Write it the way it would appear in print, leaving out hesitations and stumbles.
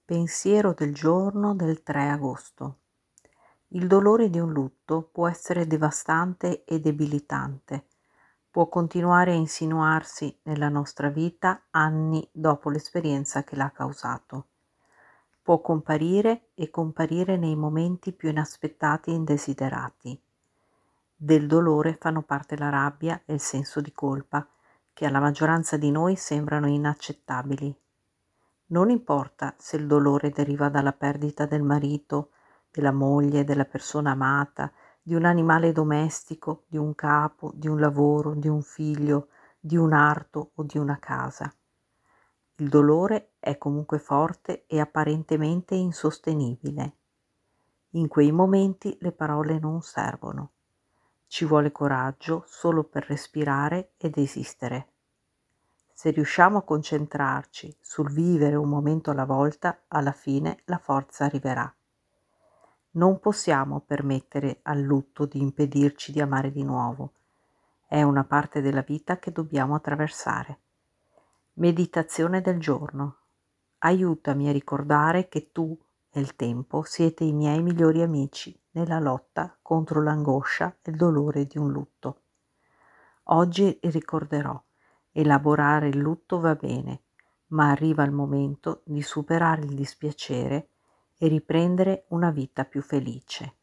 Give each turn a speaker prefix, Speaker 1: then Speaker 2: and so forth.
Speaker 1: Pensiero del giorno del 3 agosto. Il dolore di un lutto può essere devastante e debilitante. Può continuare a insinuarsi nella nostra vita anni dopo l'esperienza che l'ha causato. Può comparire e comparire nei momenti più inaspettati e indesiderati. Del dolore fanno parte la rabbia e il senso di colpa, che alla maggioranza di noi sembrano inaccettabili. Non importa se il dolore deriva dalla perdita del marito, della moglie, della persona amata, di un animale domestico, di un capo, di un lavoro, di un figlio, di un arto o di una casa. Il dolore è comunque forte e apparentemente insostenibile. In quei momenti le parole non servono. Ci vuole coraggio solo per respirare ed esistere. Se riusciamo a concentrarci sul vivere un momento alla volta, alla fine la forza arriverà. Non possiamo permettere al lutto di impedirci di amare di nuovo. È una parte della vita che dobbiamo attraversare. Meditazione del giorno. Aiutami a ricordare che tu e il tempo siete i miei migliori amici nella lotta contro l'angoscia e il dolore di un lutto. Oggi ricorderò: elaborare il lutto va bene, ma arriva il momento di superare il dispiacere e riprendere una vita più felice.